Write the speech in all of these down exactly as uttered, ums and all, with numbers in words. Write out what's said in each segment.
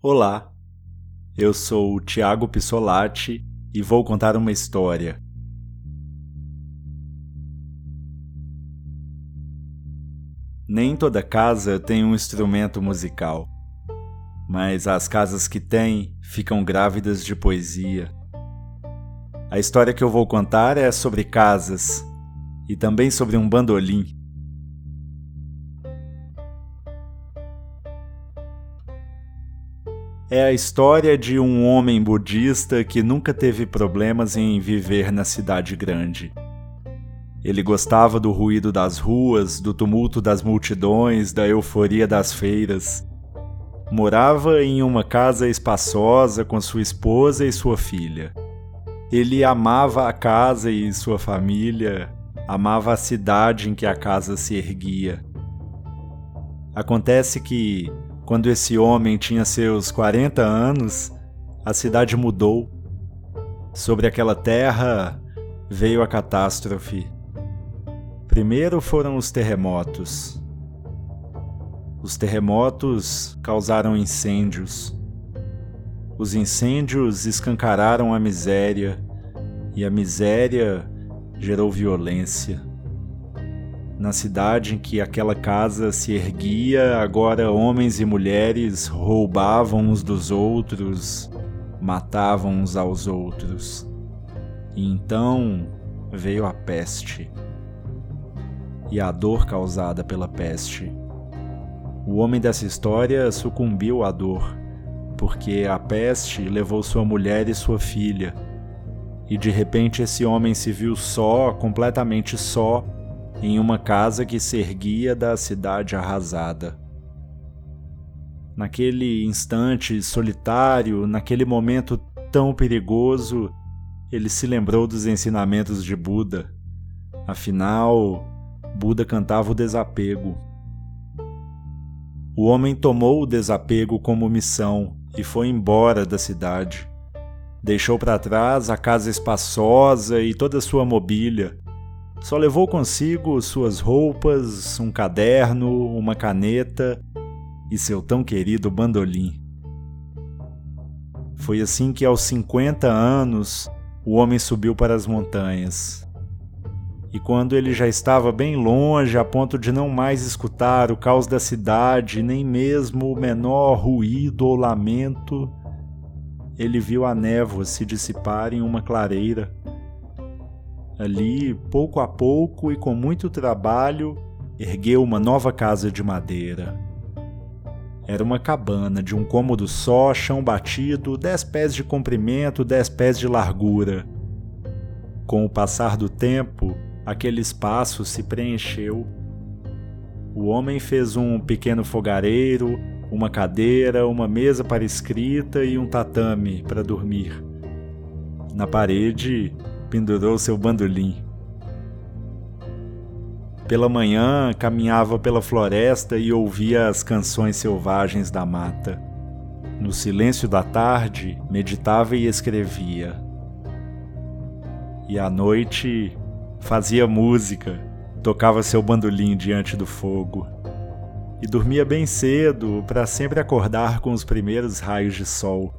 Olá, eu sou o Thiago Pissolati e vou contar uma história. Nem toda casa tem um instrumento musical, mas as casas que têm ficam grávidas de poesia. A história que eu vou contar é sobre casas e também sobre um bandolim. É a história de um homem budista que nunca teve problemas em viver na cidade grande. Ele gostava do ruído das ruas, do tumulto das multidões, da euforia das feiras. Morava em uma casa espaçosa com sua esposa e sua filha. Ele amava a casa e sua família, amava a cidade em que a casa se erguia. Acontece que, quando esse homem tinha seus quarenta anos, a cidade mudou. Sobre aquela terra veio a catástrofe. Primeiro foram os terremotos. Os terremotos causaram incêndios. Os incêndios escancararam a miséria, e a miséria gerou violência. Na cidade em que aquela casa se erguia, agora homens e mulheres roubavam uns dos outros, matavam uns aos outros. E então veio a peste e a dor causada pela peste. O homem dessa história sucumbiu à dor, porque a peste levou sua mulher e sua filha, e de repente esse homem se viu só, completamente só, em uma casa que se erguia da cidade arrasada. Naquele instante solitário, naquele momento tão perigoso, ele se lembrou dos ensinamentos de Buda. Afinal, Buda cantava o desapego. O homem tomou o desapego como missão e foi embora da cidade. Deixou para trás a casa espaçosa e toda a sua mobília. Só levou consigo suas roupas, um caderno, uma caneta e seu tão querido bandolim. Foi assim que, aos cinquenta anos, o homem subiu para as montanhas. E quando ele já estava bem longe, a ponto de não mais escutar o caos da cidade, nem mesmo o menor ruído ou lamento, ele viu a névoa se dissipar em uma clareira. Ali, pouco a pouco e com muito trabalho, ergueu uma nova casa de madeira. Era uma cabana de um cômodo só, chão batido, dez pés de comprimento, dez pés de largura. Com o passar do tempo, aquele espaço se preencheu. O homem fez um pequeno fogareiro, uma cadeira, uma mesa para escrita e um tatame para dormir. Na parede, pendurou seu bandolim. Pela manhã, caminhava pela floresta e ouvia as canções selvagens da mata. No silêncio da tarde, meditava e escrevia. E à noite, fazia música, tocava seu bandolim diante do fogo. E dormia bem cedo, para sempre acordar com os primeiros raios de sol.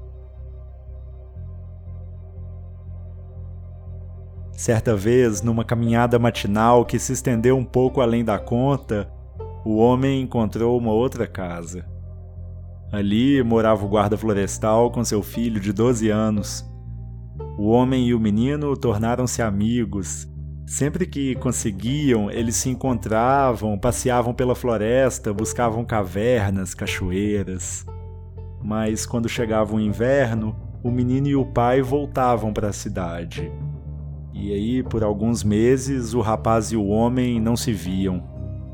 Certa vez, numa caminhada matinal que se estendeu um pouco além da conta, o homem encontrou uma outra casa. Ali morava o guarda florestal com seu filho de doze anos. O homem e o menino tornaram-se amigos. Sempre que conseguiam, eles se encontravam, passeavam pela floresta, buscavam cavernas, cachoeiras. Mas quando chegava o inverno, o menino e o pai voltavam para a cidade. E aí, por alguns meses, o rapaz e o homem não se viam.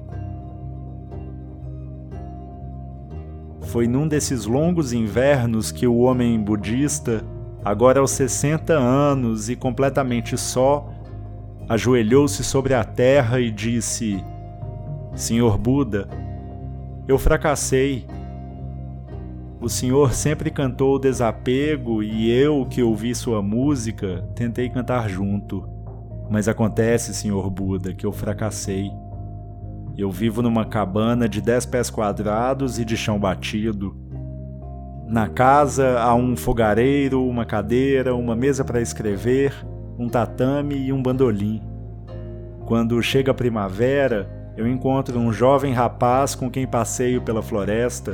Foi num desses longos invernos que o homem budista, agora aos sessenta anos e completamente só, ajoelhou-se sobre a terra e disse: Senhor Buda, eu fracassei. O senhor sempre cantou o desapego e eu, que ouvi sua música, tentei cantar junto. Mas acontece, senhor Buda, que eu fracassei. Eu vivo numa cabana de dez pés quadrados e de chão batido. Na casa há um fogareiro, uma cadeira, uma mesa para escrever, um tatame e um bandolim. Quando chega a primavera, eu encontro um jovem rapaz com quem passeio pela floresta.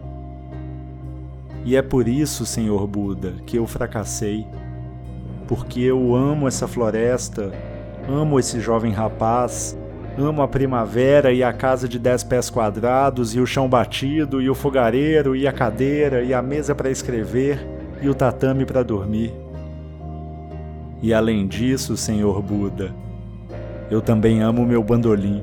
E é por isso, Senhor Buda, que eu fracassei. Porque eu amo essa floresta, amo esse jovem rapaz, amo a primavera e a casa de dez pés quadrados, e o chão batido, e o fogareiro, e a cadeira, e a mesa para escrever, e o tatame para dormir. E além disso, Senhor Buda, eu também amo meu bandolim.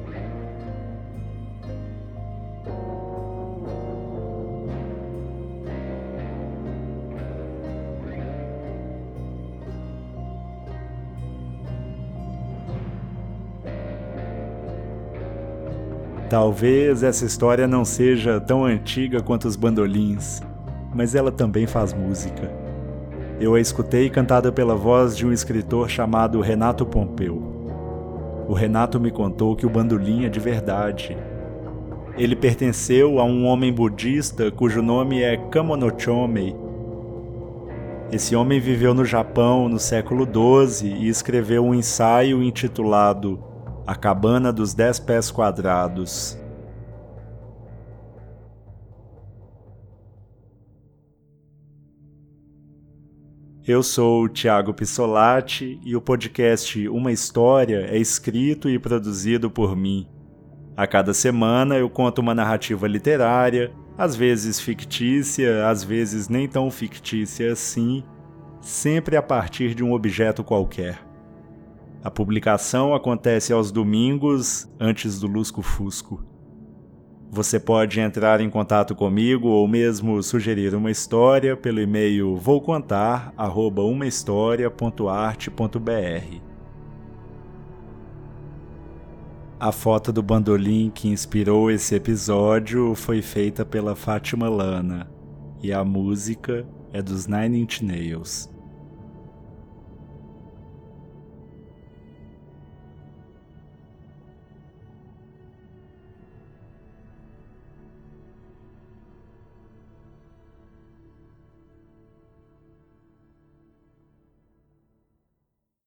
Talvez essa história não seja tão antiga quanto os bandolins, mas ela também faz música. Eu a escutei cantada pela voz de um escritor chamado Renato Pompeu. O Renato me contou que o bandolim é de verdade. Ele pertenceu a um homem budista cujo nome é Kamo no Chomei. Esse homem viveu no Japão no século doze e escreveu um ensaio intitulado A Cabana dos Dez Pés Quadrados. Eu sou o Thiago Pissolati e o podcast Uma História é escrito e produzido por mim. A cada semana eu conto uma narrativa literária, às vezes fictícia, às vezes nem tão fictícia assim, sempre a partir de um objeto qualquer. A publicação acontece aos domingos, antes do lusco-fusco. Você pode entrar em contato comigo ou mesmo sugerir uma história pelo e-mail voucontar arroba uma história ponto arte ponto b r. A foto do bandolim que inspirou esse episódio foi feita pela Fátima Lana e a música é dos Nine Inch Nails.